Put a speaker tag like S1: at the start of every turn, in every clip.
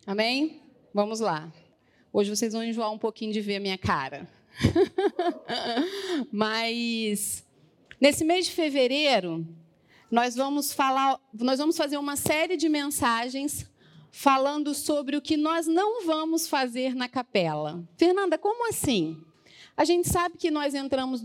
S1: Amém? Vamos lá. Hoje vocês vão enjoar um pouquinho de ver a minha cara. Mas, nesse mês de fevereiro, nós vamos fazer uma série de mensagens falando sobre o que nós não vamos fazer na capela. Fernanda, como assim? A gente sabe que nós entramos em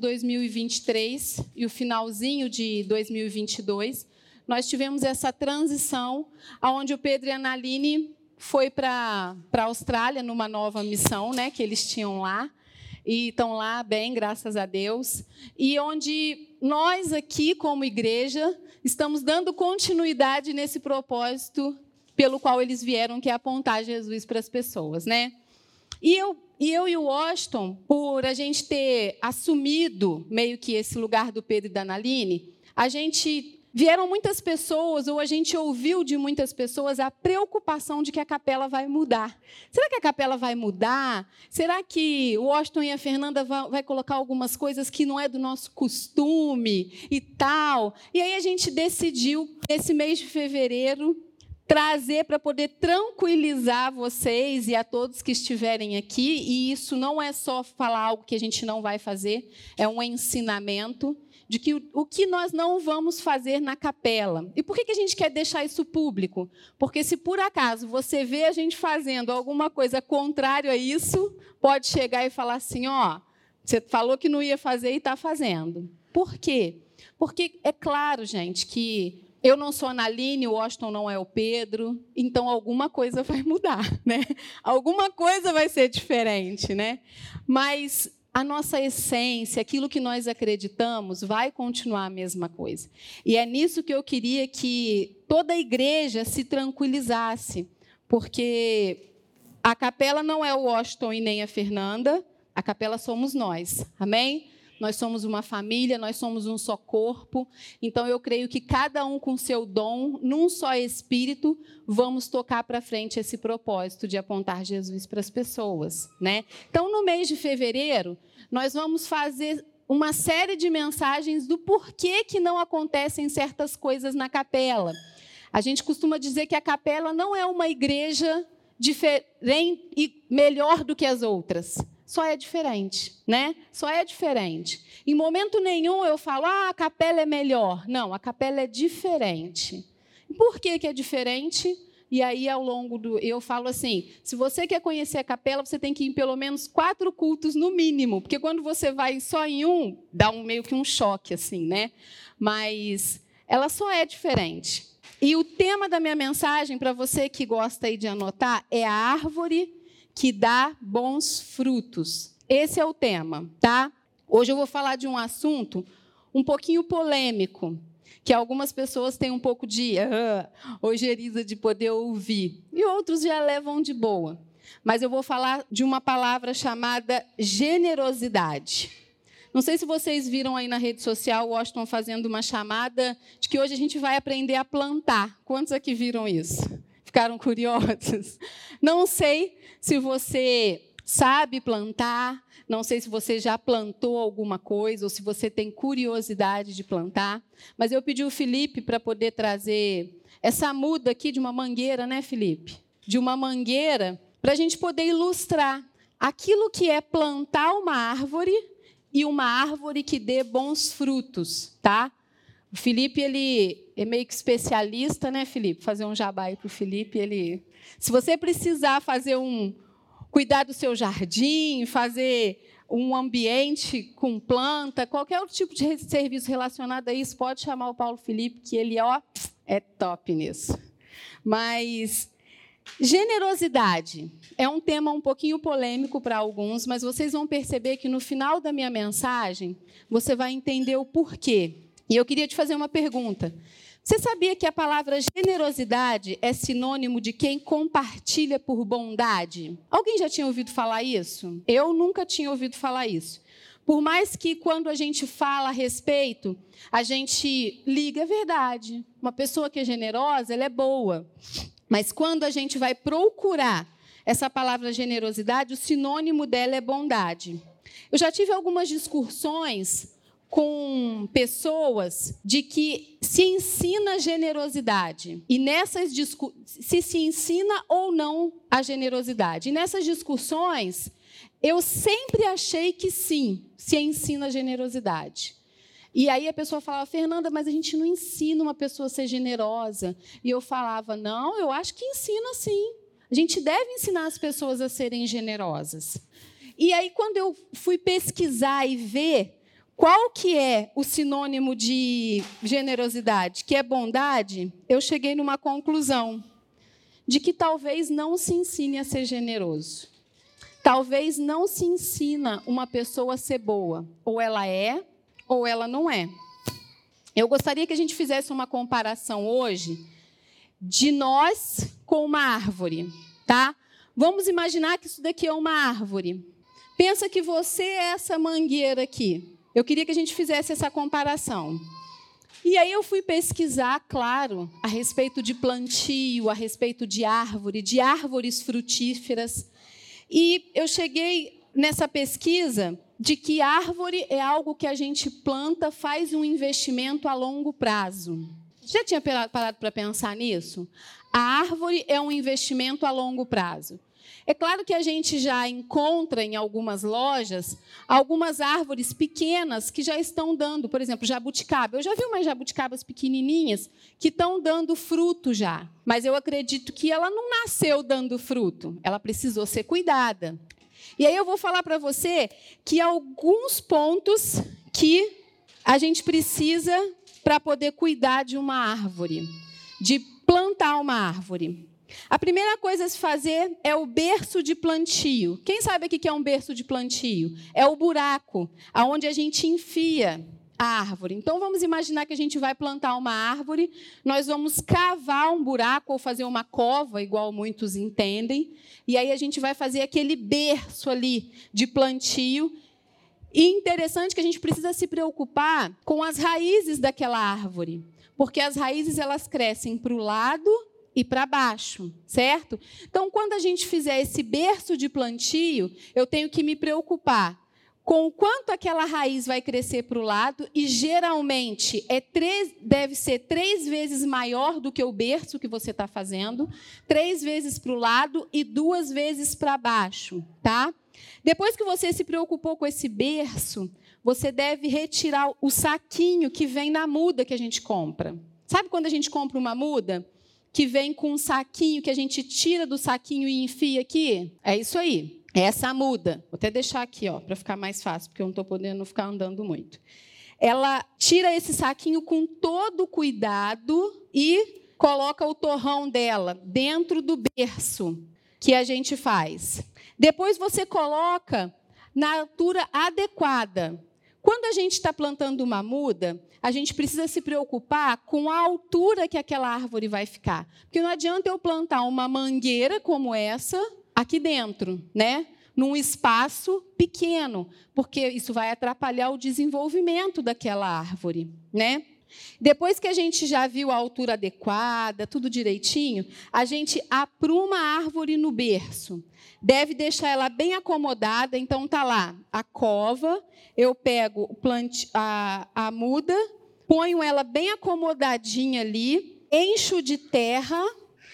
S1: 2023 e o finalzinho de 2022, nós tivemos essa transição onde o Pedro e a Naline foi para a Austrália numa nova missão, né, que eles tinham lá, e estão lá bem, graças a Deus, e onde nós aqui, como igreja, estamos dando continuidade nesse propósito pelo qual eles vieram, que é apontar Jesus para as pessoas, né? E eu e o Washington, por a gente ter assumido meio que esse lugar do Pedro e da Naline, vieram muitas pessoas, ou a gente ouviu de muitas pessoas a preocupação de que a capela vai mudar. Será que a capela vai mudar? Será que o Washington e a Fernanda vai colocar algumas coisas que não é do nosso costume e tal? E aí a gente decidiu, nesse mês de fevereiro, trazer para poder tranquilizar vocês e a todos que estiverem aqui. E isso não é só falar algo que a gente não vai fazer, é um ensinamento de que o que nós não vamos fazer na capela. E por que a gente quer deixar isso público? Porque se por acaso você vê a gente fazendo alguma coisa contrária a isso, pode chegar e falar assim, você falou que não ia fazer e está fazendo. Por quê? Porque é claro, gente, que eu não sou a Naline, o Washington não é o Pedro, então alguma coisa vai mudar, né? Alguma coisa vai ser diferente, né? Mas a nossa essência, aquilo que nós acreditamos, vai continuar a mesma coisa. E é nisso que eu queria que toda a igreja se tranquilizasse, porque a capela não é o Washington e nem a Fernanda, a capela somos nós, amém? Nós somos uma família, nós somos um só corpo, então eu creio que cada um com seu dom, num só espírito, vamos tocar para frente esse propósito de apontar Jesus para as pessoas, né? Então, no mês de fevereiro, nós vamos fazer uma série de mensagens do porquê que não acontecem certas coisas na capela. A gente costuma dizer que a capela não é uma igreja diferente e melhor do que as outras. Só é diferente, né? Só é diferente. Em momento nenhum eu falo, a capela é melhor. Não, a capela é diferente. Por que é diferente? E aí, ao longo eu falo assim, se você quer conhecer a capela, você tem que ir em pelo menos 4 cultos, no mínimo. Porque quando você vai só em um, dá meio que um choque, assim, né? Mas ela só é diferente. E o tema da minha mensagem, para você que gosta aí de anotar, é a árvore que dá bons frutos. Esse é o tema, tá? Hoje eu vou falar de um assunto um pouquinho polêmico, que algumas pessoas têm um pouco de ojeriza de poder ouvir, e outros já levam de boa. Mas eu vou falar de uma palavra chamada generosidade. Não sei se vocês viram aí na rede social o Washington fazendo uma chamada de que hoje a gente vai aprender a plantar. Quantos aqui viram isso? Ficaram curiosos? Não sei se você sabe plantar, não sei se você já plantou alguma coisa ou se você tem curiosidade de plantar, mas eu pedi o Felipe para poder trazer essa muda aqui de uma mangueira, né, Felipe? De uma mangueira, para a gente poder ilustrar aquilo que é plantar uma árvore e uma árvore que dê bons frutos, tá? O Felipe, ele é meio que especialista, né, Felipe? Fazer um jabá aí para o Felipe. Se você precisar cuidar do seu jardim, fazer um ambiente com planta, qualquer outro tipo de serviço relacionado a isso, pode chamar o Paulo Felipe, que ele é top nisso. Mas generosidade é um tema um pouquinho polêmico para alguns, mas vocês vão perceber que no final da minha mensagem, você vai entender o porquê. E eu queria te fazer uma pergunta. Você sabia que a palavra generosidade é sinônimo de quem compartilha por bondade? Alguém já tinha ouvido falar isso? Eu nunca tinha ouvido falar isso. Por mais que, quando a gente fala a respeito, a gente liga a verdade. Uma pessoa que é generosa, ela é boa. Mas quando a gente vai procurar essa palavra generosidade, o sinônimo dela é bondade. Eu já tive algumas discussões com pessoas de que se ensina generosidade. E se ensina ou não a generosidade. E nessas discussões, eu sempre achei que sim, se ensina a generosidade. E aí a pessoa falava, Fernanda, mas a gente não ensina uma pessoa a ser generosa. E eu falava, não, eu acho que ensina sim. A gente deve ensinar as pessoas a serem generosas. E aí, quando eu fui pesquisar e ver qual que é o sinônimo de generosidade, que é bondade, eu cheguei numa conclusão de que talvez não se ensine a ser generoso. Talvez não se ensina uma pessoa a ser boa. Ou ela é, ou ela não é. Eu gostaria que a gente fizesse uma comparação hoje de nós com uma árvore, tá? Vamos imaginar que isso daqui é uma árvore. Pensa que você é essa mangueira aqui. Eu queria que a gente fizesse essa comparação. E aí eu fui pesquisar, claro, a respeito de plantio, a respeito de árvores frutíferas. E eu cheguei nessa pesquisa de que árvore é algo que a gente planta, faz um investimento a longo prazo. Já tinha parado para pensar nisso? A árvore é um investimento a longo prazo. É claro que a gente já encontra em algumas lojas algumas árvores pequenas que já estão dando, por exemplo, jabuticaba. Eu já vi umas jabuticabas pequenininhas que estão dando fruto já, mas eu acredito que ela não nasceu dando fruto, ela precisou ser cuidada. E aí eu vou falar para você que alguns pontos que a gente precisa para poder cuidar de uma árvore, de plantar uma árvore. A primeira coisa a se fazer é o berço de plantio. Quem sabe o que é um berço de plantio? É o buraco onde a gente enfia a árvore. Então, vamos imaginar que a gente vai plantar uma árvore, nós vamos cavar um buraco ou fazer uma cova, igual muitos entendem, e aí a gente vai fazer aquele berço ali de plantio. E interessante que a gente precisa se preocupar com as raízes daquela árvore, porque as raízes elas crescem para o lado e para baixo, certo? Então, quando a gente fizer esse berço de plantio, eu tenho que me preocupar com o quanto aquela raiz vai crescer para o lado e, geralmente, deve ser 3 vezes maior do que o berço que você está fazendo, 3 vezes para o lado e 2 vezes para baixo, tá? Depois que você se preocupou com esse berço, você deve retirar o saquinho que vem na muda que a gente compra. Sabe quando a gente compra uma muda que vem com um saquinho que a gente tira do saquinho e enfia aqui? É isso aí. É essa muda. Vou até deixar aqui, para ficar mais fácil, porque eu não estou podendo ficar andando muito. Ela tira esse saquinho com todo cuidado e coloca o torrão dela dentro do berço que a gente faz. Depois você coloca na altura adequada. Quando a gente está plantando uma muda, a gente precisa se preocupar com a altura que aquela árvore vai ficar. Porque não adianta eu plantar uma mangueira como essa aqui dentro, né? Num espaço pequeno, porque isso vai atrapalhar o desenvolvimento daquela árvore, né? Depois que a gente já viu a altura adequada, tudo direitinho, a gente apruma a árvore no berço. Deve deixar ela bem acomodada, então está lá a cova, eu pego a muda, ponho ela bem acomodadinha ali, encho de terra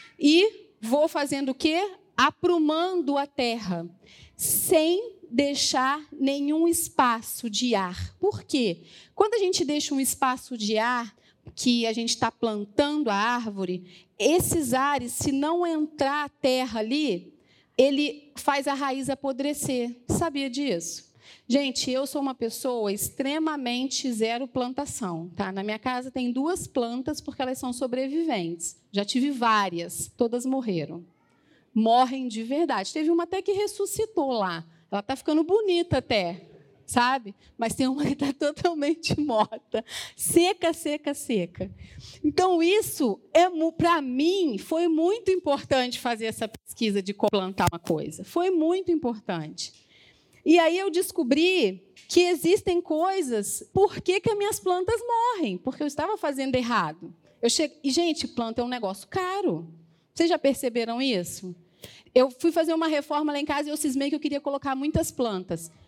S1: e vou fazendo o quê? Aprumando a terra, sem deixar nenhum espaço de ar. Por quê? Quando a gente deixa um espaço de ar, que a gente está plantando a árvore, esses ares, se não entrar a terra ali, ele faz a raiz apodrecer. Sabia disso? Gente, eu sou uma pessoa extremamente zero plantação. Tá? Na minha casa tem 2 plantas, porque elas são sobreviventes. Já tive várias, todas morreram. Morrem de verdade. Teve uma até que ressuscitou lá. Ela está ficando bonita até, sabe? Mas tem uma que está totalmente morta. Seca, seca, seca. Então, isso, para mim, foi muito importante fazer essa pesquisa de como plantar uma coisa. Foi muito importante. E aí eu descobri que existem coisas, por que as minhas plantas morrem? Porque eu estava fazendo errado. E, gente, planta é um negócio caro. Vocês já perceberam isso? Eu fui fazer uma reforma lá em casa e eu cismei que eu queria colocar muitas plantas.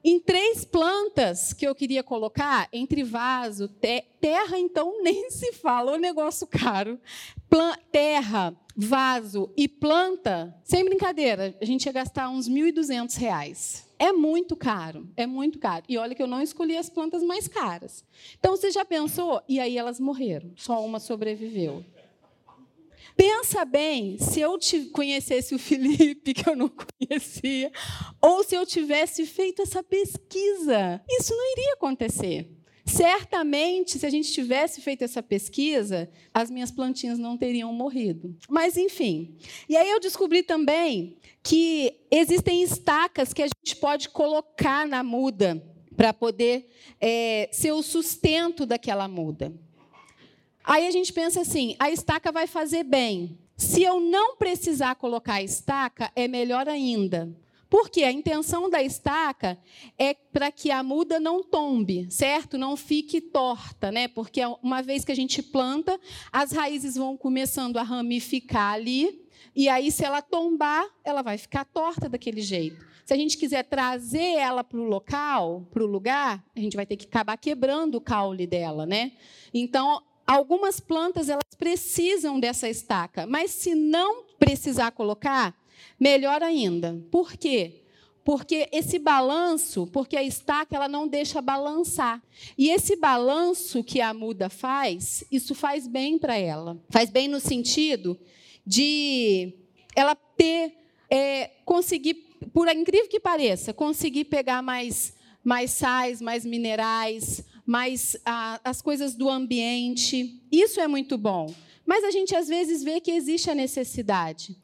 S1: Em 3 plantas que eu queria colocar, entre vaso, terra, então nem se fala, o negócio caro. Terra, vaso e planta, sem brincadeira, a gente ia gastar uns R$ 1.200. É muito caro, é muito caro. E olha que eu não escolhi as plantas mais caras. Então, você já pensou? E aí elas morreram, só uma sobreviveu. Pensa bem, se eu conhecesse o Felipe, que eu não conhecia, ou se eu tivesse feito essa pesquisa, isso não iria acontecer. Certamente, se a gente tivesse feito essa pesquisa, as minhas plantinhas não teriam morrido. Mas, enfim. E aí eu descobri também que existem estacas que a gente pode colocar na muda para poder ser o sustento daquela muda. Aí a gente pensa assim, a estaca vai fazer bem. Se eu não precisar colocar a estaca, é melhor ainda. Porque a intenção da estaca é para que a muda não tombe, certo? Não fique torta, né? Porque uma vez que a gente planta, as raízes vão começando a ramificar ali, e aí, se ela tombar, ela vai ficar torta daquele jeito. Se a gente quiser trazer ela para o local, para o lugar, a gente vai ter que acabar quebrando o caule dela, né? Então, algumas plantas elas precisam dessa estaca, mas se não precisar colocar, melhor ainda. Por quê? Porque esse balanço, porque a estaca ela não deixa balançar. E esse balanço que a muda faz, isso faz bem para ela. Faz bem no sentido de ela conseguir, por incrível que pareça, conseguir pegar mais sais, mais minerais, mais as coisas do ambiente. Isso é muito bom. Mas a gente, às vezes, vê que existe a necessidade.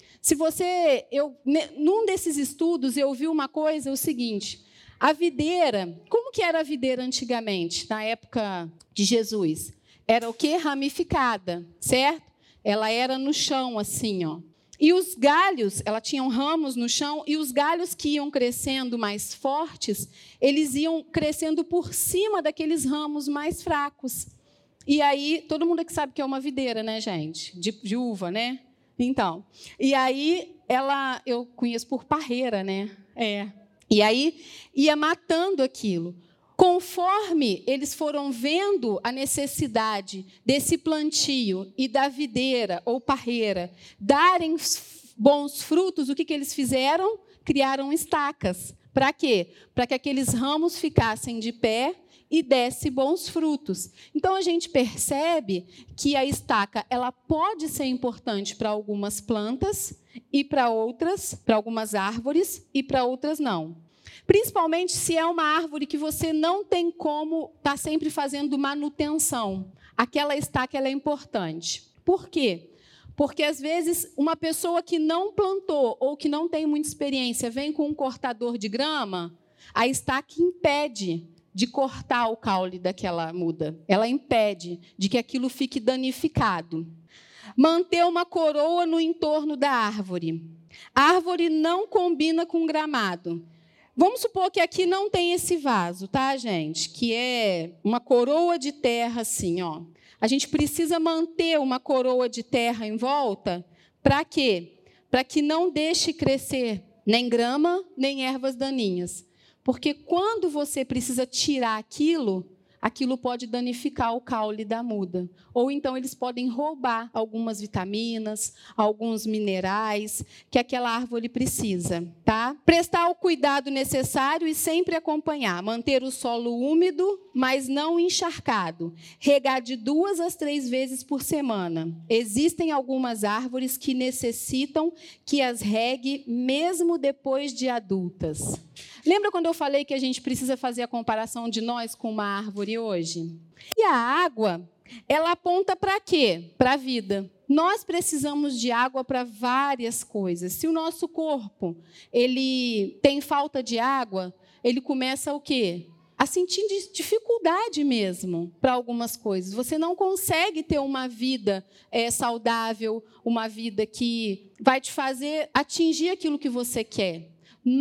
S1: Num desses estudos, eu vi uma coisa, o seguinte, a videira, como que era a videira antigamente, na época de Jesus? Era o quê? Ramificada, certo? Ela era no chão, assim, ó. E os galhos, ela tinha ramos no chão, e os galhos que iam crescendo mais fortes, eles iam crescendo por cima daqueles ramos mais fracos. E aí, todo mundo aqui sabe que é uma videira, né, gente? De uva, né? Então, e aí, eu conheço por parreira, né? E aí, ia matando aquilo. Conforme eles foram vendo a necessidade desse plantio e da videira ou parreira darem bons frutos, o que eles fizeram? Criaram estacas. Para quê? Para que aqueles ramos ficassem de pé e desse bons frutos. Então, a gente percebe que a estaca ela pode ser importante para algumas plantas e para outras, para algumas árvores, e para outras não. Principalmente se é uma árvore que você não tem como estar sempre fazendo manutenção. Aquela estaca ela é importante. Por quê? Porque, às vezes, uma pessoa que não plantou ou que não tem muita experiência vem com um cortador de grama, a estaca impede de cortar o caule daquela muda. Ela impede de que aquilo fique danificado. Manter uma coroa no entorno da árvore. A árvore não combina com gramado. Vamos supor que aqui não tem esse vaso, tá, gente? Que é uma coroa de terra, assim, ó. A gente precisa manter uma coroa de terra em volta. Para quê? Para que não deixe crescer nem grama, nem ervas daninhas. Porque quando você precisa tirar aquilo pode danificar o caule da muda. Ou então eles podem roubar algumas vitaminas, alguns minerais que aquela árvore precisa. Tá? Prestar o cuidado necessário e sempre acompanhar. Manter o solo úmido, mas não encharcado. Regar de 2 a 3 vezes por semana. Existem algumas árvores que necessitam que as regue mesmo depois de adultas. Lembra quando eu falei que a gente precisa fazer a comparação de nós com uma árvore hoje? E a água, ela aponta para quê? Para a vida. Nós precisamos de água para várias coisas. Se o nosso corpo ele tem falta de água, ele começa o quê? A sentir dificuldade mesmo para algumas coisas. Você não consegue ter uma vida saudável, uma vida que vai te fazer atingir aquilo que você quer.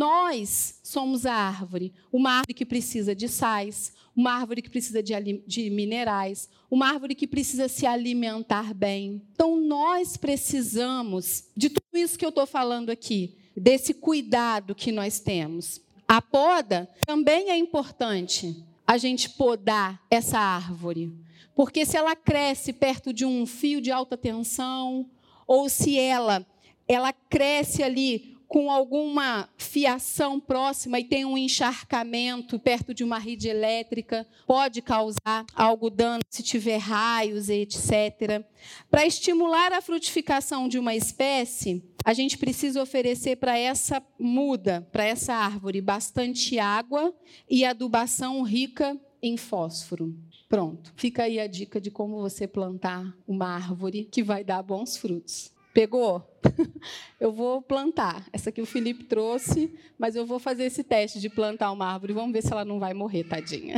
S1: Nós somos a árvore, uma árvore que precisa de sais, uma árvore que precisa de minerais, uma árvore que precisa se alimentar bem. Então, nós precisamos de tudo isso que eu estou falando aqui, desse cuidado que nós temos. A poda também é importante a gente podar essa árvore, porque se ela cresce perto de um fio de alta tensão, ou se ela cresce ali com alguma fiação próxima e tem um encharcamento perto de uma rede elétrica, pode causar algum dano se tiver raios, etc. Para estimular a frutificação de uma espécie, a gente precisa oferecer para essa muda, para essa árvore, bastante água e adubação rica em fósforo. Pronto, fica aí a dica de como você plantar uma árvore que vai dar bons frutos. Pegou? Eu vou plantar. Essa aqui o Felipe trouxe, mas eu vou fazer esse teste de plantar uma árvore. Vamos ver se ela não vai morrer, tadinha.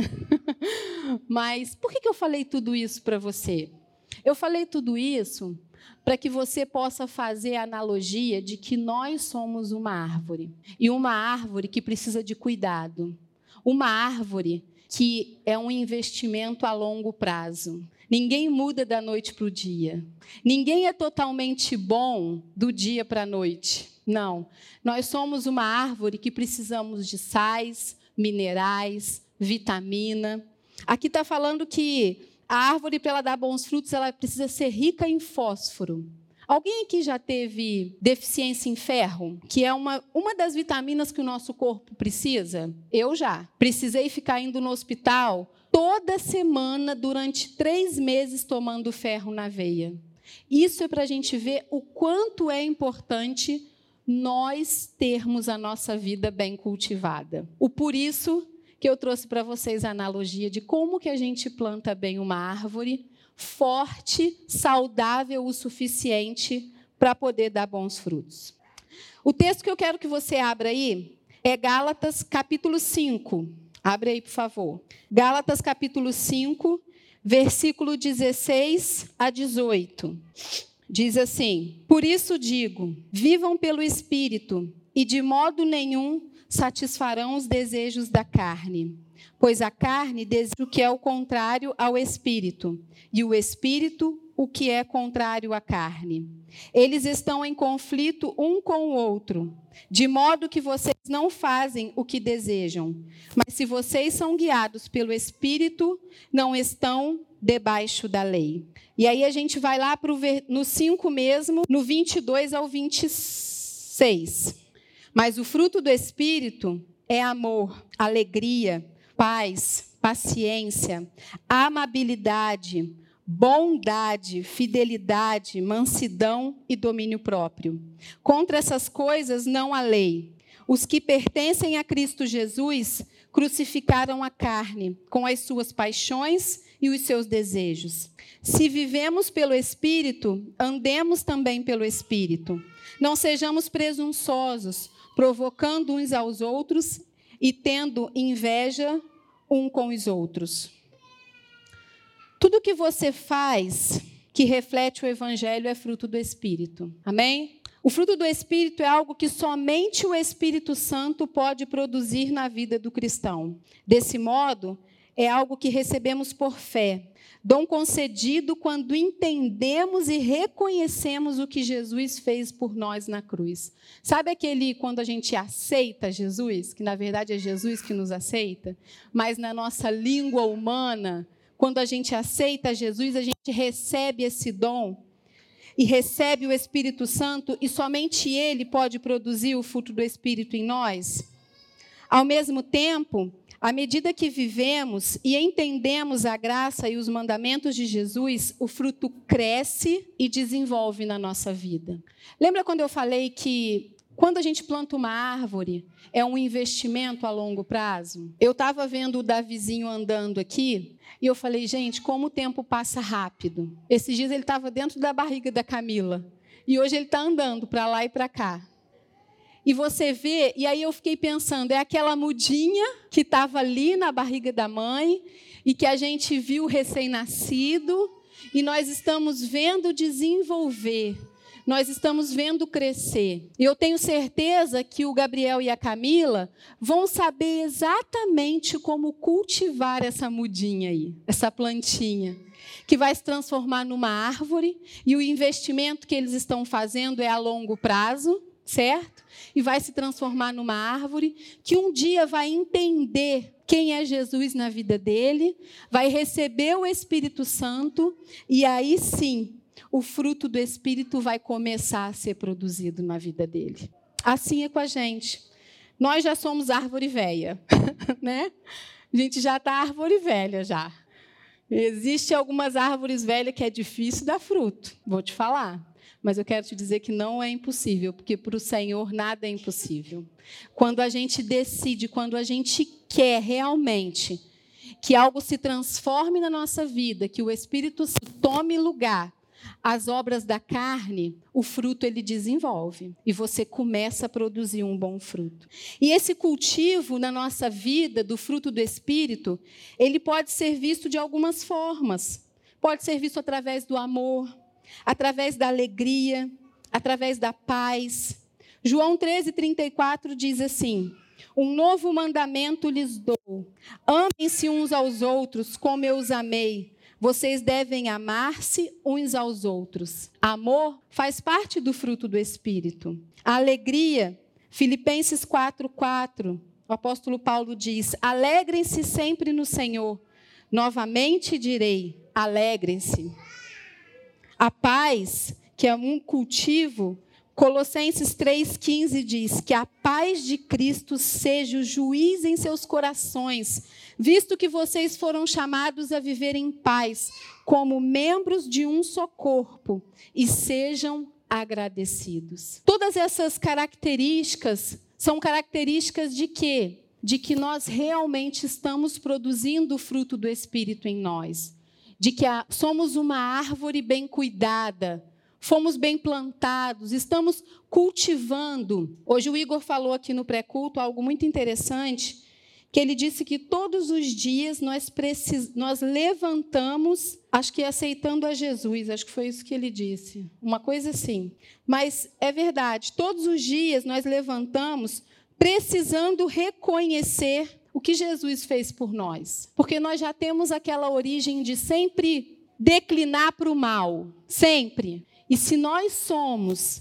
S1: Mas por que eu falei tudo isso para você? Eu falei tudo isso para que você possa fazer a analogia de que nós somos uma árvore. E uma árvore que precisa de cuidado. Uma árvore que é um investimento a longo prazo. Ninguém muda da noite para o dia. Ninguém é totalmente bom do dia para a noite. Não. Nós somos uma árvore que precisamos de sais, minerais, vitamina. Aqui está falando que a árvore, para ela dar bons frutos, ela precisa ser rica em fósforo. Alguém aqui já teve deficiência em ferro? Que é uma das vitaminas que o nosso corpo precisa? Eu já. Precisei ficar indo no hospital toda semana, durante 3 meses, tomando ferro na veia. Isso é para a gente ver o quanto é importante nós termos a nossa vida bem cultivada. Por isso que eu trouxe para vocês a analogia de como que a gente planta bem uma árvore forte, saudável o suficiente para poder dar bons frutos. O texto que eu quero que você abra aí é Gálatas, capítulo 5. Abre aí, por favor. Gálatas, capítulo 5, versículo 16 a 18. Diz assim: Por isso digo, vivam pelo Espírito, e de modo nenhum satisfarão os desejos da carne. Pois a carne deseja o que é o contrário ao Espírito, e o Espírito o que é contrário à carne. Eles estão em conflito um com o outro, de modo que vocês não fazem o que desejam. Mas se vocês são guiados pelo Espírito, não estão debaixo da lei. E aí a gente vai lá no 5 mesmo, no 22 ao 26. Mas o fruto do Espírito é amor, alegria, paz, paciência, amabilidade, bondade, fidelidade, mansidão e domínio próprio. Contra essas coisas não há lei. Os que pertencem a Cristo Jesus crucificaram a carne com as suas paixões e os seus desejos. Se vivemos pelo Espírito, andemos também pelo Espírito. Não sejamos presunçosos, provocando uns aos outros e tendo inveja um com os outros. Tudo que você faz que reflete o Evangelho é fruto do Espírito. Amém? O fruto do Espírito é algo que somente o Espírito Santo pode produzir na vida do cristão. Desse modo, é algo que recebemos por fé. Dom concedido quando entendemos e reconhecemos o que Jesus fez por nós na cruz. Sabe quando a gente aceita Jesus, que na verdade é Jesus que nos aceita, mas na nossa língua humana, quando a gente aceita Jesus, a gente recebe esse dom e recebe o Espírito Santo, e somente Ele pode produzir o fruto do Espírito em nós? Ao mesmo tempo, à medida que vivemos e entendemos a graça e os mandamentos de Jesus, o fruto cresce e desenvolve na nossa vida. Lembra quando eu falei que quando a gente planta uma árvore, é um investimento a longo prazo? Eu estava vendo o Davizinho andando aqui e eu falei, gente, como o tempo passa rápido. Esses dias ele estava dentro da barriga da Camila e hoje ele está andando para lá e para cá. E você vê, e aí eu fiquei pensando, é aquela mudinha que estava ali na barriga da mãe e que a gente viu recém-nascido e nós estamos vendo desenvolver, nós estamos vendo crescer. E eu tenho certeza que o Gabriel e a Camila vão saber exatamente como cultivar essa mudinha aí, essa plantinha, que vai se transformar numa árvore, e o investimento que eles estão fazendo é a longo prazo. certo? E vai se transformar numa árvore que um dia vai entender quem é Jesus na vida dele, vai receber o Espírito Santo e aí sim, o fruto do Espírito vai começar a ser produzido na vida dele. Assim é com a gente. Nós já somos árvore velha, né? A gente já está árvore velha já. Existem algumas árvores velhas que é difícil dar fruto, vou te falar. Mas eu quero te dizer que não é impossível, porque para o Senhor nada é impossível. Quando a gente decide, quando a gente quer realmente que algo se transforme na nossa vida, que o Espírito tome lugar, as obras da carne, o fruto ele desenvolve. E você começa a produzir um bom fruto. E esse cultivo na nossa vida, do fruto do Espírito, ele pode ser visto de algumas formas. Pode ser visto através do amor, através da alegria, através da paz. João 13:34 diz assim: um novo mandamento lhes dou. Amem-se uns aos outros como eu os amei. Vocês devem amar-se uns aos outros. Amor faz parte do fruto do Espírito. A alegria, Filipenses 4:4, o apóstolo Paulo diz: alegrem-se sempre no Senhor. Novamente direi, alegrem-se. A paz, que é um cultivo, Colossenses 3,15 diz que a paz de Cristo seja o juiz em seus corações, visto que vocês foram chamados a viver em paz, como membros de um só corpo, e sejam agradecidos. Todas essas características são características de quê? De que nós realmente estamos produzindo o fruto do Espírito em nós. De que somos uma árvore bem cuidada, fomos bem plantados, estamos cultivando. Hoje o Igor falou aqui no pré-culto algo muito interessante, que ele disse que todos os dias nós levantamos, acho que aceitando a Jesus, acho que foi isso que ele disse, uma coisa assim. Mas é verdade, todos os dias nós levantamos precisando reconhecer o que Jesus fez por nós. Porque nós já temos aquela origem de sempre declinar para o mal. Sempre. E se nós somos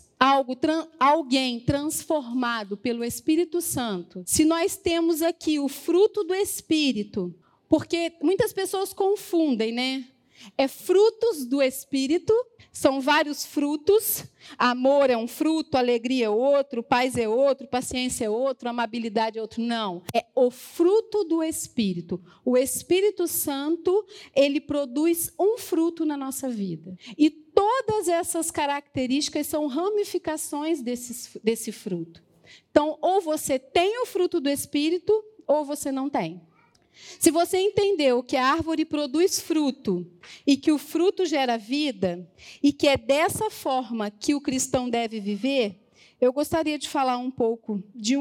S1: alguém transformado pelo Espírito Santo, se nós temos aqui o fruto do Espírito, porque muitas pessoas confundem, né? É frutos do Espírito, são vários frutos. Amor é um fruto, alegria é outro, paz é outro, paciência é outro, amabilidade é outro. Não, é o fruto do Espírito. O Espírito Santo, ele produz um fruto na nossa vida. E todas essas características são ramificações desse fruto. Então, ou você tem o fruto do Espírito, ou você não tem. Se você entendeu que a árvore produz fruto e que o fruto gera vida e que é dessa forma que o cristão deve viver, eu gostaria de falar um pouco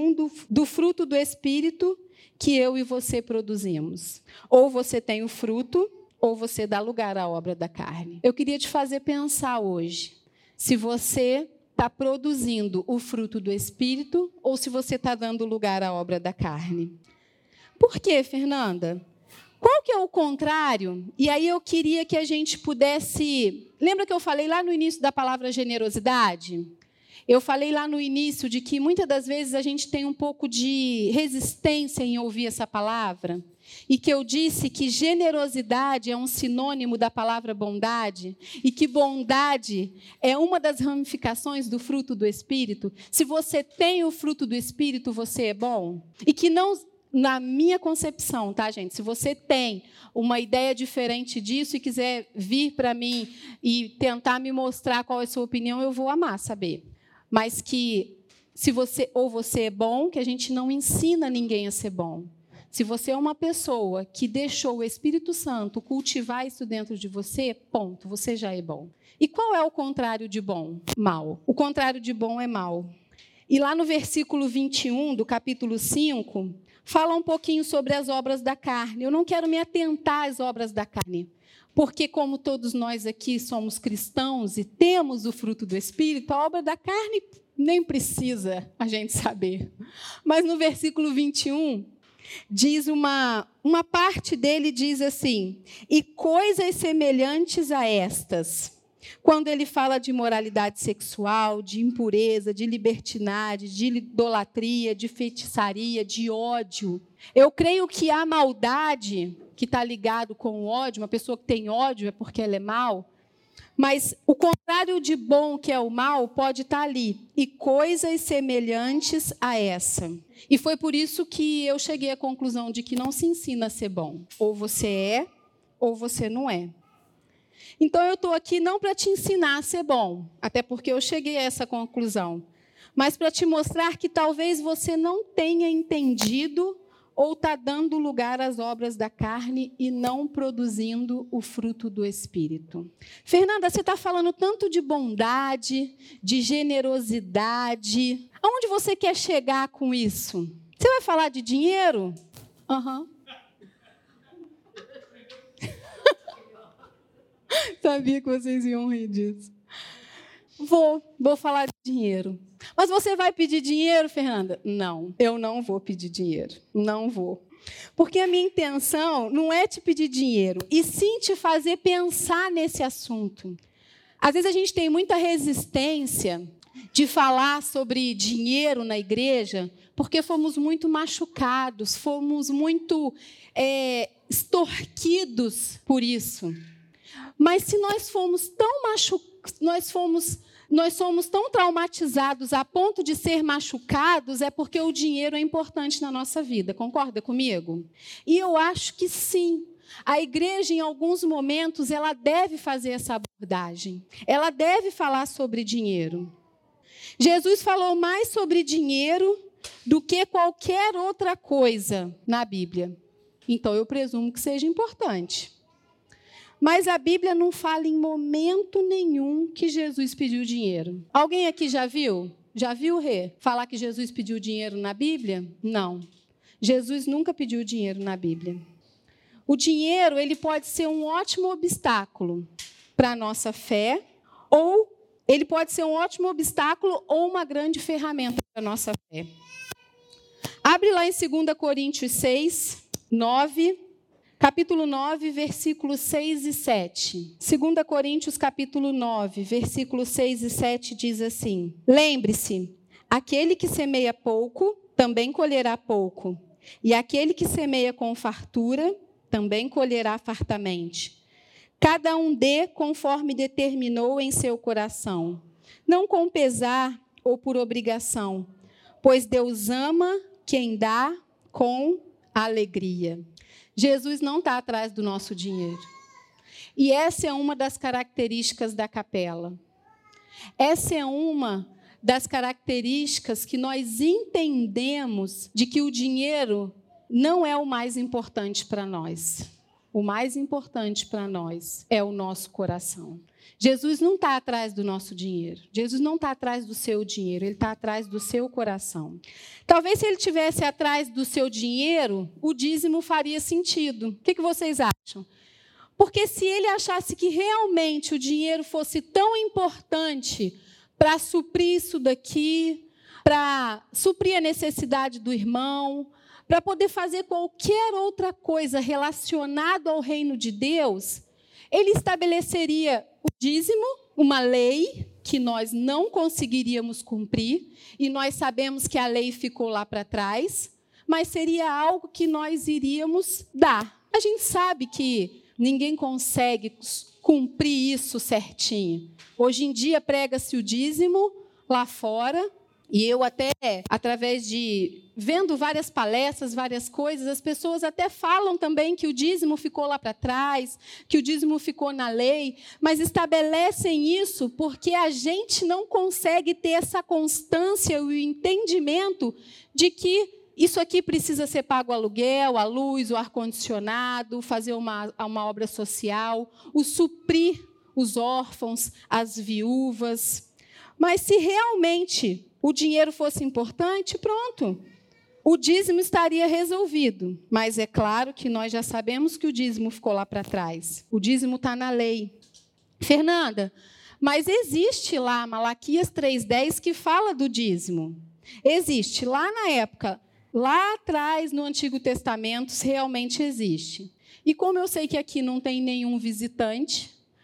S1: do fruto do Espírito que eu e você produzimos. Ou você tem o fruto, ou você dá lugar à obra da carne. Eu queria te fazer pensar hoje se você está produzindo o fruto do Espírito ou se você está dando lugar à obra da carne. Por quê, Fernanda? Qual que é o contrário? E aí eu queria que a gente pudesse... Lembra que eu falei lá no início da palavra generosidade? Eu falei lá no início de que muitas das vezes a gente tem um pouco de resistência em ouvir essa palavra. E que eu disse que generosidade é um sinônimo da palavra bondade. E que bondade é uma das ramificações do fruto do Espírito. Se você tem o fruto do Espírito, você é bom. E que não... Na minha concepção, tá, gente? Se você tem uma ideia diferente disso e quiser vir para mim e tentar me mostrar qual é a sua opinião, eu vou amar saber. Mas que se você é bom, que a gente não ensina ninguém a ser bom. Se você é uma pessoa que deixou o Espírito Santo cultivar isso dentro de você, ponto, você já é bom. E qual é o contrário de bom? Mal. O contrário de bom é mal. E lá no versículo 21 do capítulo 5... fala um pouquinho sobre as obras da carne. Eu não quero me atentar às obras da carne, porque como todos nós aqui somos cristãos e temos o fruto do Espírito, a obra da carne nem precisa a gente saber. Mas no versículo 21, diz uma parte dele diz assim: e coisas semelhantes a estas quando ele fala de imoralidade sexual, de impureza, de libertinagem, de idolatria, de feitiçaria, de ódio. Eu creio que a maldade, que está ligado com o ódio, uma pessoa que tem ódio é porque ela é mal, mas o contrário de bom, que é o mal, pode estar ali. E coisas semelhantes a essa. E foi por isso que eu cheguei à conclusão de que não se ensina a ser bom. Ou você é, ou você não é. Então, eu estou aqui não para te ensinar a ser bom, até porque eu cheguei a essa conclusão, mas para te mostrar que talvez você não tenha entendido ou está dando lugar às obras da carne e não produzindo o fruto do Espírito. Fernanda, você está falando tanto de bondade, de generosidade. Aonde você quer chegar com isso? Você vai falar de dinheiro? Aham. Sabia que vocês iam rir disso. Vou falar de dinheiro. Mas você vai pedir dinheiro, Fernanda? Não, eu não vou pedir dinheiro. Não vou. Porque a minha intenção não é te pedir dinheiro, e sim te fazer pensar nesse assunto. Às vezes a gente tem muita resistência de falar sobre dinheiro na igreja, porque fomos muito machucados, fomos muito extorquidos por isso. Mas se nós fomos tão machucados, nós somos tão traumatizados a ponto de ser machucados, é porque o dinheiro é importante na nossa vida. Concorda comigo? E eu acho que sim. A igreja, em alguns momentos, ela deve fazer essa abordagem. Ela deve falar sobre dinheiro. Jesus falou mais sobre dinheiro do que qualquer outra coisa na Bíblia. Então, eu presumo que seja importante. Mas a Bíblia não fala em momento nenhum que Jesus pediu dinheiro. Alguém aqui já viu? Já viu, Rê? Falar que Jesus pediu dinheiro na Bíblia? Não. Jesus nunca pediu dinheiro na Bíblia. O dinheiro, ele pode ser um ótimo obstáculo para a nossa fé, ou ele pode ser um ótimo obstáculo ou uma grande ferramenta para a nossa fé. Abre lá em 2 Coríntios 6, 9... Capítulo 9, versículos 6 e 7. 2 Coríntios, capítulo 9, versículos 6 e 7 diz assim: Lembre-se, aquele que semeia pouco, também colherá pouco. E aquele que semeia com fartura, também colherá fartamente. Cada um dê conforme determinou em seu coração, não com pesar ou por obrigação, pois Deus ama quem dá com alegria. Jesus não está atrás do nosso dinheiro. E essa é uma das características da capela. Essa é uma das características que nós entendemos de que o dinheiro não é o mais importante para nós. O mais importante para nós é o nosso coração. Jesus não está atrás do nosso dinheiro. Jesus não está atrás do seu dinheiro. Ele está atrás do seu coração. Talvez se ele estivesse atrás do seu dinheiro, o dízimo faria sentido. O que vocês acham? Porque se ele achasse que realmente o dinheiro fosse tão importante para suprir isso daqui, para suprir a necessidade do irmão, para poder fazer qualquer outra coisa relacionada ao reino de Deus, ele estabeleceria o dízimo, uma lei que nós não conseguiríamos cumprir, e nós sabemos que a lei ficou lá para trás, mas seria algo que nós iríamos dar. A gente sabe que ninguém consegue cumprir isso certinho. Hoje em dia prega-se o dízimo lá fora, e eu até, através de vendo várias palestras, várias coisas, as pessoas até falam também que o dízimo ficou lá para trás, que o dízimo ficou na lei, mas estabelecem isso porque a gente não consegue ter essa constância e o entendimento de que isso aqui precisa ser pago o aluguel, a luz, o ar-condicionado, fazer uma obra social, o suprir os órfãos, as viúvas. Mas se realmente o dinheiro fosse importante, pronto. O dízimo estaria resolvido. Mas é claro que nós já sabemos que o dízimo ficou lá para trás. O dízimo está na lei. Fernanda, mas existe lá Malaquias 3,10 que fala do dízimo. Existe. Lá na época, lá atrás, no Antigo Testamento, realmente existe. E como eu sei que aqui não tem nenhum visitante,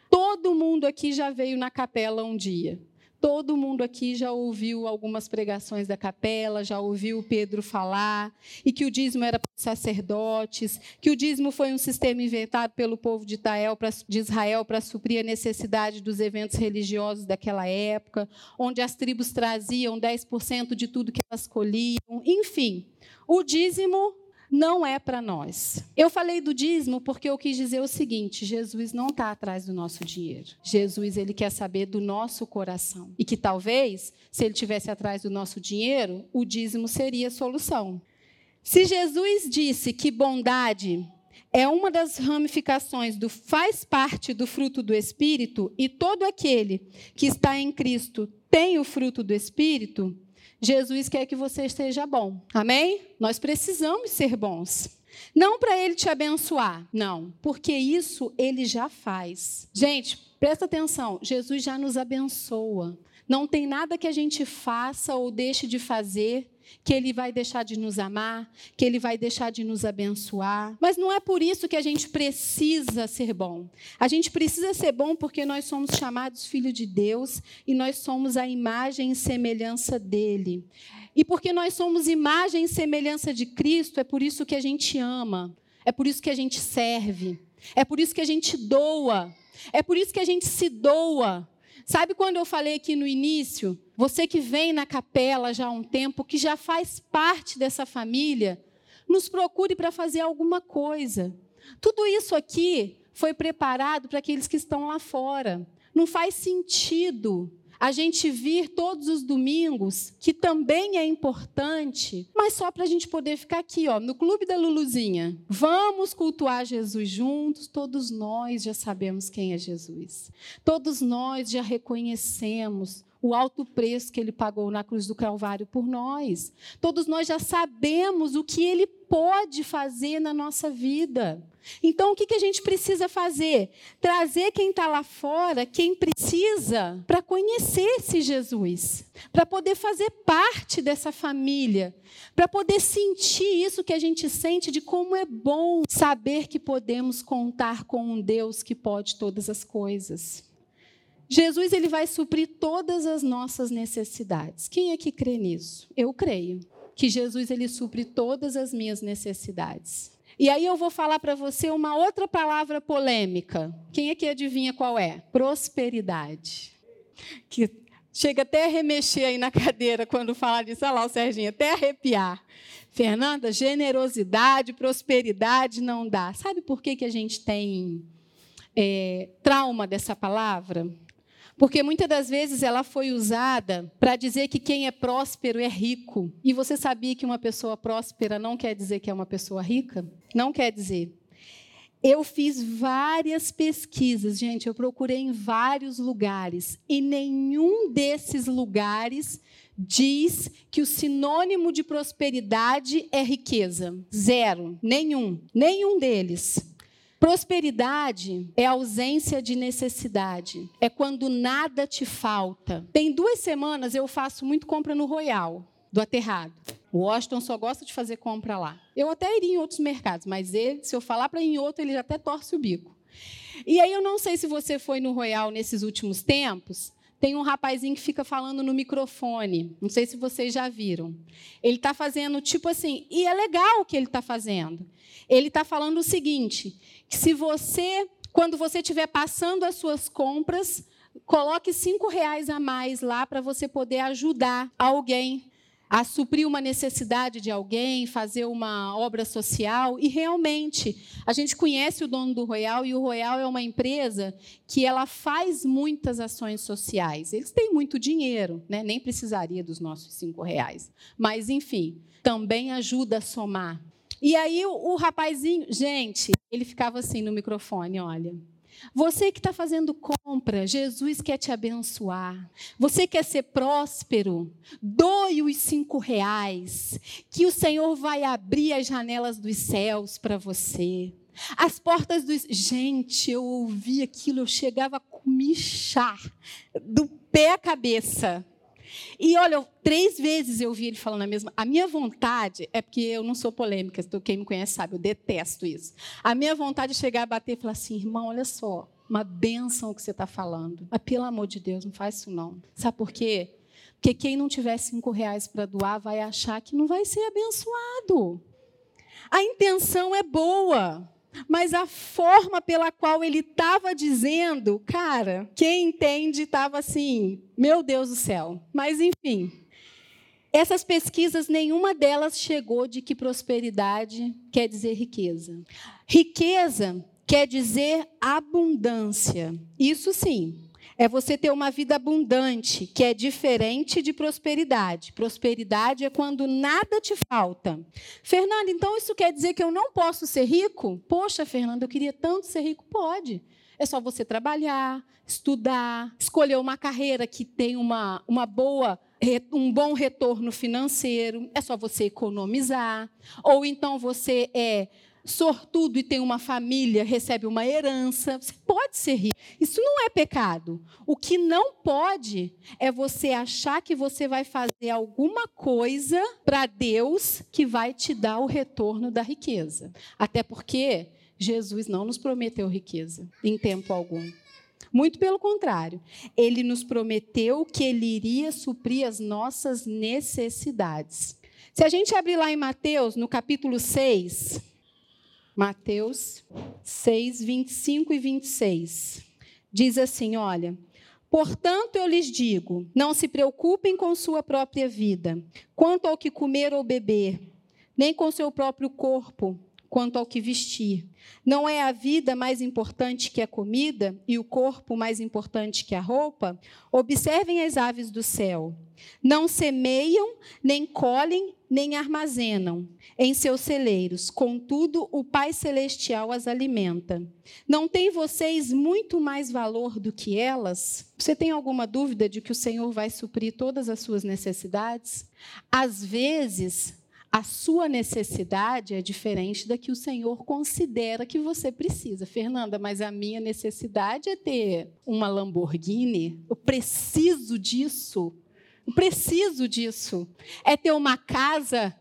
S1: Todo mundo aqui já veio na capela um dia. Todo mundo aqui já ouviu algumas pregações da capela, já ouviu o Pedro falar, e que o dízimo era para os sacerdotes, que o dízimo foi um sistema inventado pelo povo de Israel para suprir a necessidade dos eventos religiosos daquela época, onde as tribos traziam 10% de tudo que elas colhiam. Enfim, o dízimo não é para nós. Eu falei do dízimo porque eu quis dizer o seguinte: Jesus não está atrás do nosso dinheiro. Jesus, ele quer saber do nosso coração. E que talvez, se ele estivesse atrás do nosso dinheiro, o dízimo seria a solução. Se Jesus disse que bondade é uma das ramificações faz parte do fruto do Espírito, e todo aquele que está em Cristo tem o fruto do Espírito, Jesus quer que você esteja bom. Amém? Nós precisamos ser bons. Não para Ele te abençoar, não. Porque isso Ele já faz. Gente, presta atenção. Jesus já nos abençoa. Não tem nada que a gente faça ou deixe de fazer que Ele vai deixar de nos amar, que Ele vai deixar de nos abençoar. Mas não é por isso que a gente precisa ser bom. A gente precisa ser bom porque nós somos chamados filhos de Deus e nós somos a imagem e semelhança dEle. E porque nós somos imagem e semelhança de Cristo, é por isso que a gente ama, é por isso que a gente serve, é por isso que a gente doa, é por isso que a gente se doa. Sabe quando eu falei aqui no início? Você que vem na capela já há um tempo, que já faz parte dessa família, nos procure para fazer alguma coisa. Tudo isso aqui foi preparado para aqueles que estão lá fora. Não faz sentido a gente vir todos os domingos, que também é importante, mas só para a gente poder ficar aqui, ó, no Clube da Luluzinha. Vamos cultuar Jesus juntos. Todos nós já sabemos quem é Jesus. Todos nós já reconhecemos o alto preço que Ele pagou na cruz do Calvário por nós. Todos nós já sabemos o que Ele pode fazer na nossa vida. Então, o que a gente precisa fazer? Trazer quem está lá fora, quem precisa, para conhecer esse Jesus, para poder fazer parte dessa família, para poder sentir isso que a gente sente de como é bom saber que podemos contar com um Deus que pode todas as coisas. Jesus, ele vai suprir todas as nossas necessidades. Quem é que crê nisso? Eu creio que Jesus, ele supre todas as minhas necessidades. E aí eu vou falar para você uma outra palavra polêmica. Quem é que adivinha qual é? Prosperidade. Que chega até a remexer aí na cadeira quando fala disso. Olha lá o Serginho, até arrepiar. Fernanda, generosidade, prosperidade não dá. Sabe por que a gente tem trauma dessa palavra? Porque muitas das vezes ela foi usada para dizer que quem é próspero é rico. E você sabia que uma pessoa próspera não quer dizer que é uma pessoa rica? Não quer dizer. Eu fiz várias pesquisas, gente, eu procurei em vários lugares. E nenhum desses lugares diz que o sinônimo de prosperidade é riqueza. Zero. Nenhum deles. Prosperidade é ausência de necessidade. É quando nada te falta. Tem 2 semanas eu faço muito compra no Royal, do Aterrado. O Washington só gosta de fazer compra lá. Eu até iria em outros mercados, mas ele, se eu falar para ir em outro, ele já até torce o bico. E aí eu não sei se você foi no Royal nesses últimos tempos. Tem um rapazinho que fica falando no microfone. Não sei se vocês já viram. Ele está fazendo tipo assim, e é legal o que ele está fazendo. Ele está falando o seguinte, que se você, quando você estiver passando as suas compras, coloque R$5 a mais lá para você poder ajudar alguém a suprir uma necessidade de alguém, fazer uma obra social. E, realmente, a gente conhece o dono do Royal, e o Royal é uma empresa que ela faz muitas ações sociais. Eles têm muito dinheiro, né? Nem precisaria dos nossos R$5. Mas, enfim, também ajuda a somar. E aí, o rapazinho, gente, ele ficava assim no microfone, olha. Você que está fazendo compra, Jesus quer te abençoar. Você quer ser próspero? Doe os R$5, que o Senhor vai abrir as janelas dos céus para você. As portas dos... Gente, eu ouvi aquilo, eu chegava a comichar do pé à cabeça. E, olha, 3 vezes eu ouvi ele falando a mesma... A minha vontade, é porque eu não sou polêmica, quem me conhece sabe, eu detesto isso. A minha vontade é chegar a bater e falar assim, irmão, olha só, uma bênção o que você está falando. Mas, pelo amor de Deus, não faz isso não. Sabe por quê? Porque quem não tiver R$5 para doar vai achar que não vai ser abençoado. A intenção é boa, mas a forma pela qual ele estava dizendo, cara, quem entende estava assim, meu Deus do céu. Mas, enfim, essas pesquisas, nenhuma delas chegou de que prosperidade quer dizer riqueza. Riqueza quer dizer abundância. Isso sim. É você ter uma vida abundante, que é diferente de prosperidade. Prosperidade é quando nada te falta. Fernanda, então isso quer dizer que eu não posso ser rico? Poxa, Fernanda, eu queria tanto ser rico. Pode. É só você trabalhar, estudar, escolher uma carreira que tem um bom retorno financeiro. É só você economizar. Ou então você é sortudo e tem uma família, recebe uma herança, você pode ser rico. Isso não é pecado. O que não pode é você achar que você vai fazer alguma coisa para Deus que vai te dar o retorno da riqueza. Até porque Jesus não nos prometeu riqueza em tempo algum. Muito pelo contrário. Ele nos prometeu que ele iria suprir as nossas necessidades. Se a gente abrir lá em Mateus, no capítulo 6... Mateus 6, 25 e 26. Diz assim, olha, portanto eu lhes digo, não se preocupem com sua própria vida, quanto ao que comer ou beber, nem com seu próprio corpo, quanto ao que vestir. Não é a vida mais importante que a comida e o corpo mais importante que a roupa? Observem as aves do céu. Não semeiam, nem colhem, nem armazenam em seus celeiros. Contudo, o Pai Celestial as alimenta. Não têm vocês muito mais valor do que elas? Você tem alguma dúvida de que o Senhor vai suprir todas as suas necessidades? Às vezes, a sua necessidade é diferente da que o Senhor considera que você precisa. Fernanda, mas a minha necessidade é ter uma Lamborghini? Eu preciso disso. Eu preciso disso. É ter uma casa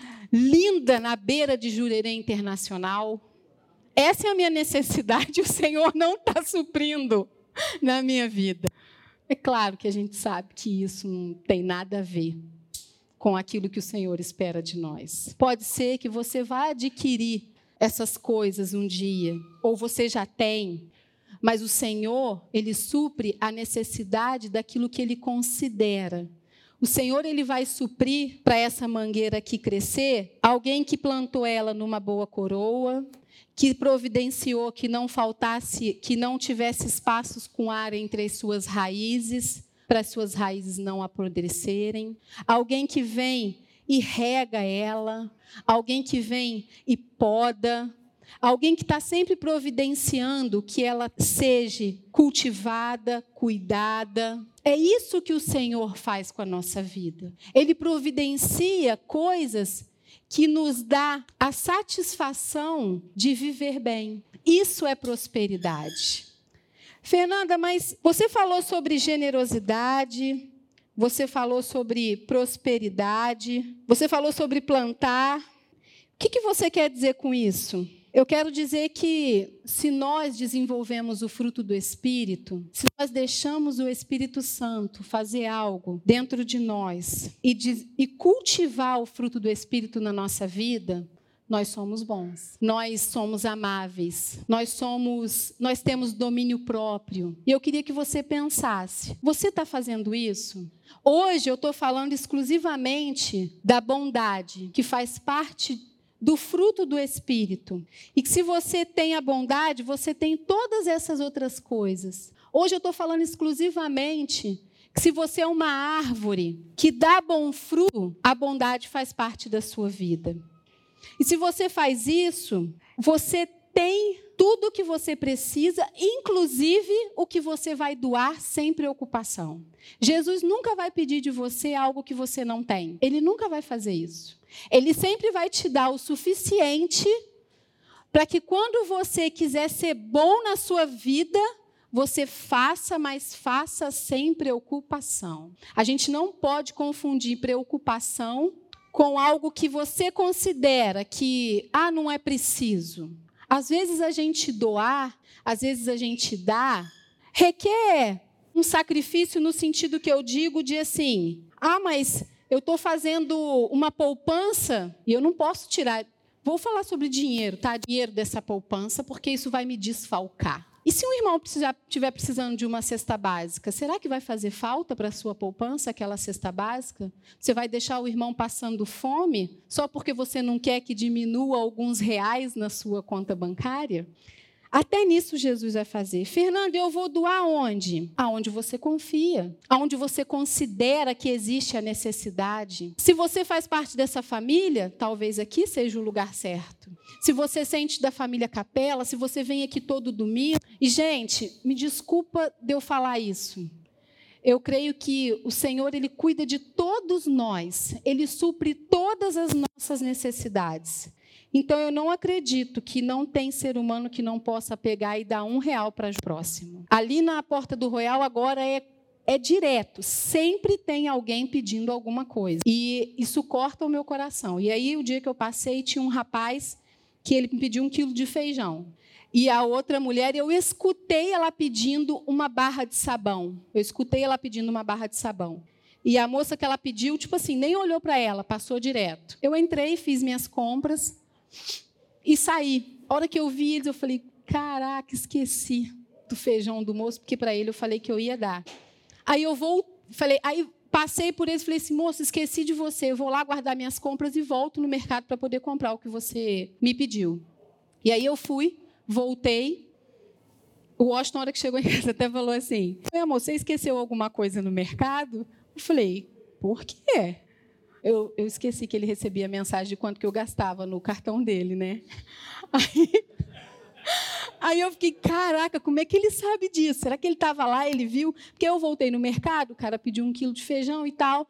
S1: linda na beira de Jurerê Internacional. Essa é a minha necessidade, o Senhor não está suprindo na minha vida. É claro que a gente sabe que isso não tem nada a ver com aquilo que o Senhor espera de nós. Pode ser que você vá adquirir essas coisas um dia, ou você já tem, mas o Senhor, Ele supre a necessidade daquilo que Ele considera. O Senhor, Ele vai suprir para essa mangueira aqui crescer, alguém que plantou ela numa boa coroa, que providenciou que não faltasse, que não tivesse espaços com ar entre as suas raízes, para as suas raízes não apodrecerem. Alguém que vem e rega ela, alguém que vem e poda, alguém que está sempre providenciando que ela seja cultivada, cuidada. É isso que o Senhor faz com a nossa vida. Ele providencia coisas que nos dá a satisfação de viver bem. Isso é prosperidade. Fernanda, mas você falou sobre generosidade, você falou sobre prosperidade, você falou sobre plantar. O que você quer dizer com isso? Eu quero dizer que se nós desenvolvemos o fruto do Espírito, se nós deixamos o Espírito Santo fazer algo dentro de nós e cultivar o fruto do Espírito na nossa vida, nós somos bons, nós somos amáveis, nós temos domínio próprio. E eu queria que você pensasse, você está fazendo isso? Hoje eu estou falando exclusivamente da bondade, que faz parte do fruto do Espírito. E que se você tem a bondade, você tem todas essas outras coisas. Hoje eu estou falando exclusivamente que se você é uma árvore que dá bom fruto, a bondade faz parte da sua vida. E se você faz isso, você tem tudo o que você precisa, inclusive o que você vai doar sem preocupação. Jesus nunca vai pedir de você algo que você não tem. Ele nunca vai fazer isso. Ele sempre vai te dar o suficiente para que quando você quiser ser bom na sua vida, você faça, mas faça sem preocupação. A gente não pode confundir preocupação com algo que você considera que, não é preciso. Às vezes a gente doar, às vezes a gente dá, requer um sacrifício no sentido que eu digo de assim, mas eu estou fazendo uma poupança e eu não posso tirar. Vou falar sobre dinheiro, tá? Dinheiro dessa poupança, porque isso vai me desfalcar. E se um irmão estiver precisando de uma cesta básica, será que vai fazer falta para a sua poupança aquela cesta básica? Você vai deixar o irmão passando fome só porque você não quer que diminua alguns reais na sua conta bancária? Até nisso Jesus vai fazer. Fernando, eu vou doar aonde? Aonde você confia, aonde você considera que existe a necessidade. Se você faz parte dessa família, talvez aqui seja o lugar certo. Se você sente da família Capela, se você vem aqui todo domingo. E, gente, me desculpa de eu falar isso. Eu creio que o Senhor, Ele cuida de todos nós. Ele supre todas as nossas necessidades. Então, eu não acredito que não tem ser humano que não possa pegar e dar R$1 para o próximo. Ali na porta do Royal, agora é direto. Sempre tem alguém pedindo alguma coisa. E isso corta o meu coração. E aí, o dia que eu passei, tinha um rapaz que ele me pediu 1 quilo de feijão. E a outra mulher, eu escutei ela pedindo uma barra de sabão. E a moça que ela pediu, tipo assim, nem olhou para ela, passou direto. Eu entrei, fiz minhas compras e saí. A hora que eu vi eles, eu falei, caraca, esqueci do feijão do moço, porque para ele eu falei que eu ia dar. Aí passei por eles e falei assim, moço, esqueci de você, eu vou lá guardar minhas compras e volto no mercado para poder comprar o que você me pediu. E aí eu fui, voltei. O Washington, na hora que chegou em casa, até falou assim, amor, você esqueceu alguma coisa no mercado? Eu falei, por quê? Eu esqueci que ele recebia mensagem de quanto que eu gastava no cartão dele, né? Aí eu fiquei, caraca, como é que ele sabe disso? Será que ele estava lá, ele viu? Porque eu voltei no mercado, o cara pediu 1 quilo de feijão e tal.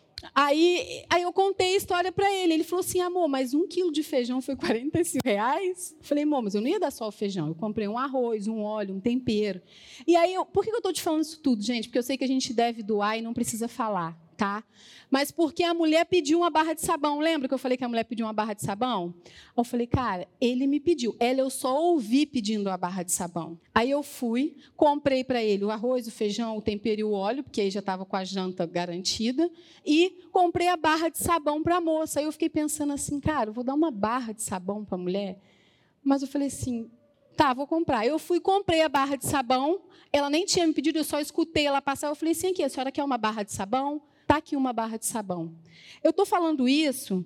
S1: Aí eu contei a história para ele. Ele falou assim, amor, mas 1 quilo de feijão foi R$45? Eu falei, amor, mas eu não ia dar só o feijão. Eu comprei um arroz, um óleo, um tempero. E aí, por que eu estou te falando isso tudo, gente? Porque eu sei que a gente deve doar e não precisa falar, tá? Mas porque a mulher pediu uma barra de sabão. Lembra que eu falei que a mulher pediu uma barra de sabão? Eu falei, cara, ele me pediu. Ela eu só ouvi pedindo a barra de sabão. Aí eu fui, comprei para ele o arroz, o feijão, o tempero e o óleo, porque aí já estava com a janta garantida, e comprei a barra de sabão para a moça. Aí eu fiquei pensando assim, cara, eu vou dar uma barra de sabão para a mulher? Mas eu falei assim, tá, vou comprar. Eu fui, comprei a barra de sabão, ela nem tinha me pedido, eu só escutei ela passar. Eu falei assim, aqui, a senhora quer uma barra de sabão? Está aqui uma barra de sabão. Eu estou falando isso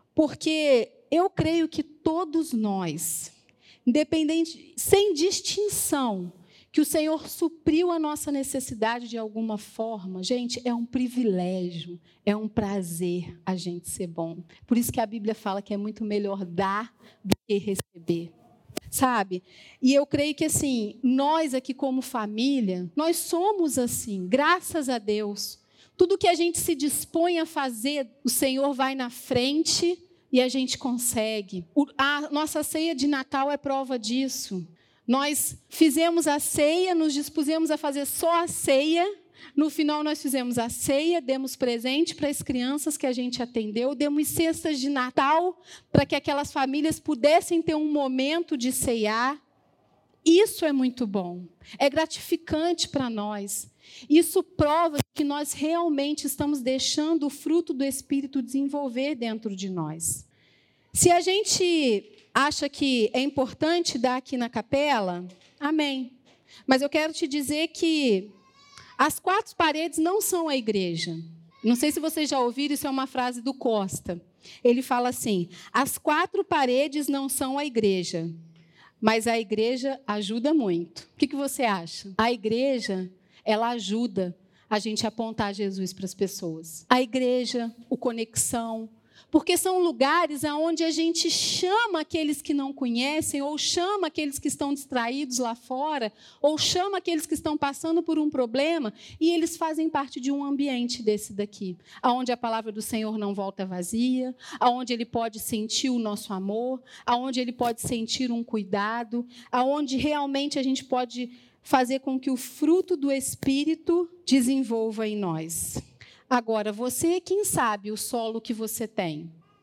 S1: porque eu creio que todos nós, independente, sem distinção, que o Senhor supriu a nossa necessidade de alguma forma. Gente, é um privilégio, é um prazer a gente ser bom. Por isso que a Bíblia fala que é muito melhor dar do que receber. Sabe? E eu creio que, assim, nós aqui como família, nós somos assim, graças a Deus. Tudo que a gente se dispõe a fazer, o Senhor vai na frente e a gente consegue. A nossa ceia de Natal é prova disso. Nós fizemos a ceia, nos dispusemos a fazer só a ceia. No final, nós fizemos a ceia, demos presente para as crianças que a gente atendeu, demos cestas de Natal para que aquelas famílias pudessem ter um momento de ceiar. Isso é muito bom, é gratificante para nós. Isso prova que nós realmente estamos deixando o fruto do Espírito desenvolver dentro de nós. Se a gente acha que é importante dar aqui na capela, amém. Mas eu quero te dizer que as 4 paredes não são a igreja. Não sei se vocês já ouviram, isso é uma frase do Costa. Ele fala assim, as 4 paredes não são a igreja, mas a igreja ajuda muito. O que você acha? A igreja, ela ajuda a gente a apontar Jesus para as pessoas. A igreja, o Conexão, porque são lugares onde a gente chama aqueles que não conhecem, ou chama aqueles que estão distraídos lá fora, ou chama aqueles que estão passando por um problema, e eles fazem parte de um ambiente desse daqui, onde a palavra do Senhor não volta vazia, onde ele pode sentir o nosso amor, onde ele pode sentir um cuidado, onde realmente a gente pode fazer com que o fruto do Espírito desenvolva em nós. Agora, você, quem sabe o solo que você tem?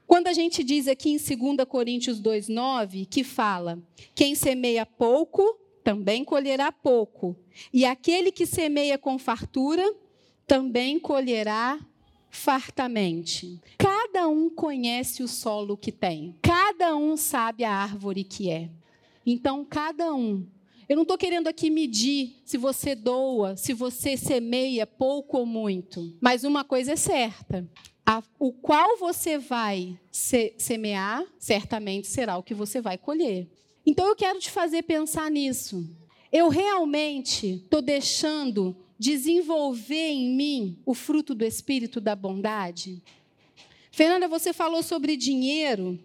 S1: Quando a gente diz aqui em 2 Coríntios 2,9, que fala: quem semeia pouco, também colherá pouco. E aquele que semeia com fartura, também colherá fartamente. Cada um conhece o solo que tem. Cada um sabe a árvore que é. Então, cada um. Eu não estou querendo aqui medir se você doa, se você semeia pouco ou muito. Mas uma coisa é certa. O qual você vai semear, certamente será o que você vai colher. Então, eu quero te fazer pensar nisso. Eu realmente estou deixando desenvolver em mim o fruto do Espírito da bondade? Fernanda, você falou sobre dinheiro,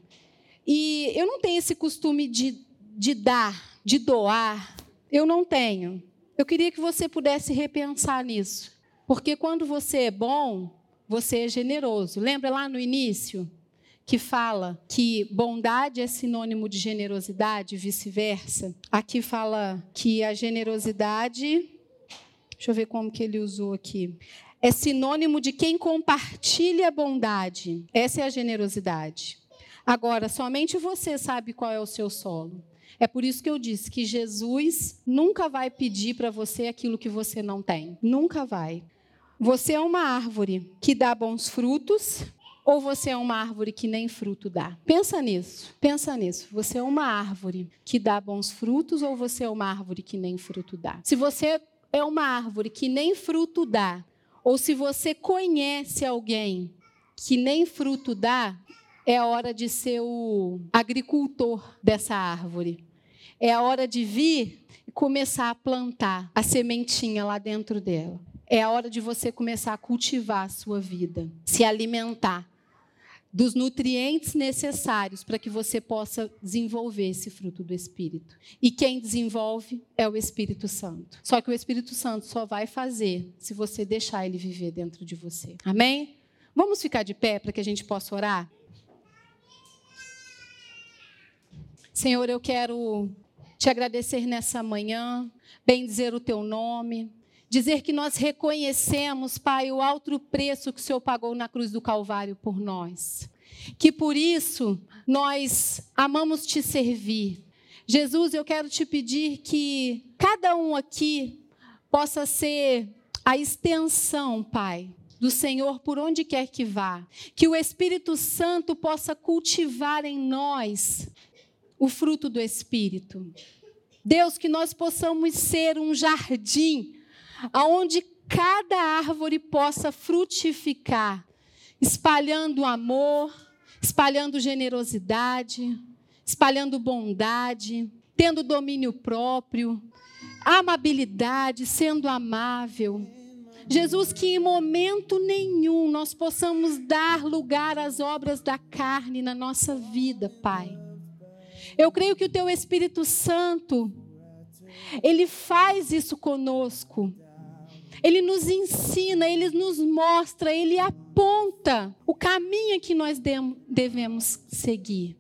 S1: e eu não tenho esse costume de dar, de doar. Eu não tenho. Eu queria que você pudesse repensar nisso. Porque quando você é bom, você é generoso. Lembra lá no início que fala que bondade é sinônimo de generosidade e vice-versa? Aqui fala que a generosidade... Deixa eu ver como que ele usou aqui. É sinônimo de quem compartilha a bondade. Essa é a generosidade. Agora, somente você sabe qual é o seu solo. É por isso que eu disse que Jesus nunca vai pedir para você aquilo que você não tem. Nunca vai. Você é uma árvore que dá bons frutos, ou você é uma árvore que nem fruto dá? Pensa nisso. Pensa nisso. Você é uma árvore que dá bons frutos, ou você é uma árvore que nem fruto dá? Se você é uma árvore que nem fruto dá, ou se você conhece alguém que nem fruto dá, é a hora de ser o agricultor dessa árvore. É a hora de vir e começar a plantar a sementinha lá dentro dela. É a hora de você começar a cultivar a sua vida, se alimentar dos nutrientes necessários para que você possa desenvolver esse fruto do Espírito. E quem desenvolve é o Espírito Santo. Só que o Espírito Santo só vai fazer se você deixar ele viver dentro de você. Amém? Vamos ficar de pé para que a gente possa orar? Senhor, eu quero te agradecer nessa manhã, bendizer o teu nome, dizer que nós reconhecemos, Pai, o alto preço que o Senhor pagou na cruz do Calvário por nós. Que por isso nós amamos te servir. Jesus, eu quero te pedir que cada um aqui possa ser a extensão, Pai, do Senhor por onde quer que vá. Que o Espírito Santo possa cultivar em nós o fruto do Espírito. Deus, que nós possamos ser um jardim aonde cada árvore possa frutificar, espalhando amor, espalhando generosidade, espalhando bondade, tendo domínio próprio, amabilidade, sendo amável. Jesus, que em momento nenhum nós possamos dar lugar às obras da carne na nossa vida, Pai. Eu creio que o Teu Espírito Santo, Ele faz isso conosco. Ele nos ensina, Ele nos mostra, Ele aponta o caminho que nós devemos seguir.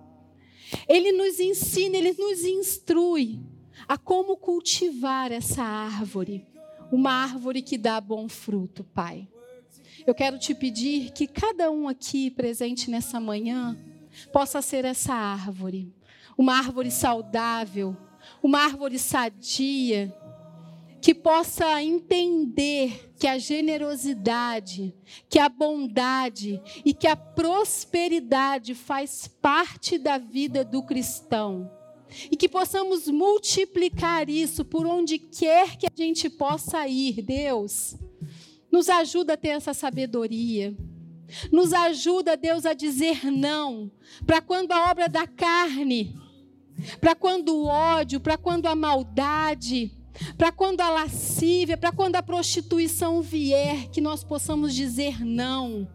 S1: Ele nos ensina, Ele nos instrui a como cultivar essa árvore. Uma árvore que dá bom fruto, Pai. Eu quero te pedir que cada um aqui presente nessa manhã possa ser essa árvore. Uma árvore saudável, uma árvore sadia, que possa entender que a generosidade, que a bondade e que a prosperidade faz parte da vida do cristão. E que possamos multiplicar isso por onde quer que a gente possa ir. Deus, nos ajuda a ter essa sabedoria. Nos ajuda, Deus, a dizer não para quando a obra da carne, para quando o ódio, para quando a maldade, para quando a lascívia, para quando a prostituição vier, que nós possamos dizer não.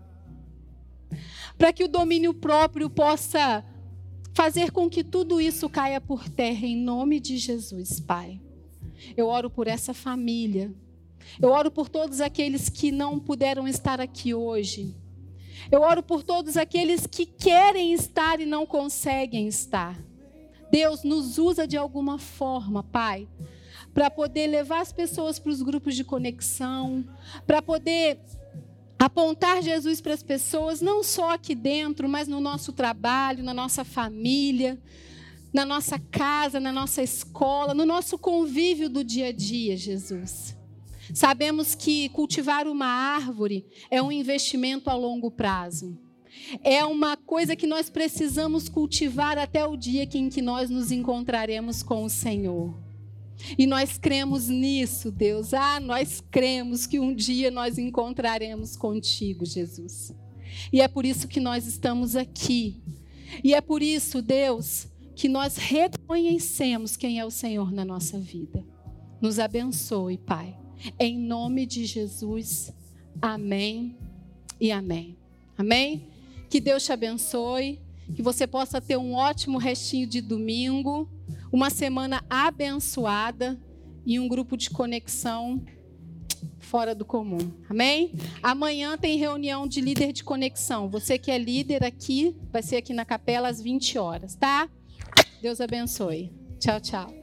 S1: Para que o domínio próprio possa fazer com que tudo isso caia por terra, em nome de Jesus, Pai. Eu oro por essa família. Eu oro por todos aqueles que não puderam estar aqui hoje. Eu oro por todos aqueles que querem estar e não conseguem estar. Deus, nos usa de alguma forma, Pai, para poder levar as pessoas para os grupos de conexão, para poder Apontar Jesus para as pessoas, não só aqui dentro, mas no nosso trabalho, na nossa família, na nossa casa, na nossa escola, no nosso convívio do dia a dia, Jesus. Sabemos que cultivar uma árvore é um investimento a longo prazo. É uma coisa que nós precisamos cultivar até o dia em que nós nos encontraremos com o Senhor. E nós cremos nisso, Deus. Nós cremos que um dia nós encontraremos contigo, Jesus. E é por isso que nós estamos aqui. E é por isso, Deus, que nós reconhecemos quem é o Senhor na nossa vida. Nos abençoe, Pai. Em nome de Jesus. Amém e amém. Amém? Que Deus te abençoe. Que você possa ter um ótimo restinho de domingo. Uma semana abençoada e um grupo de conexão fora do comum. Amém? Amanhã tem reunião de líder de conexão. Você que é líder aqui, vai ser aqui na capela às 20 horas, tá? Deus abençoe. Tchau, tchau.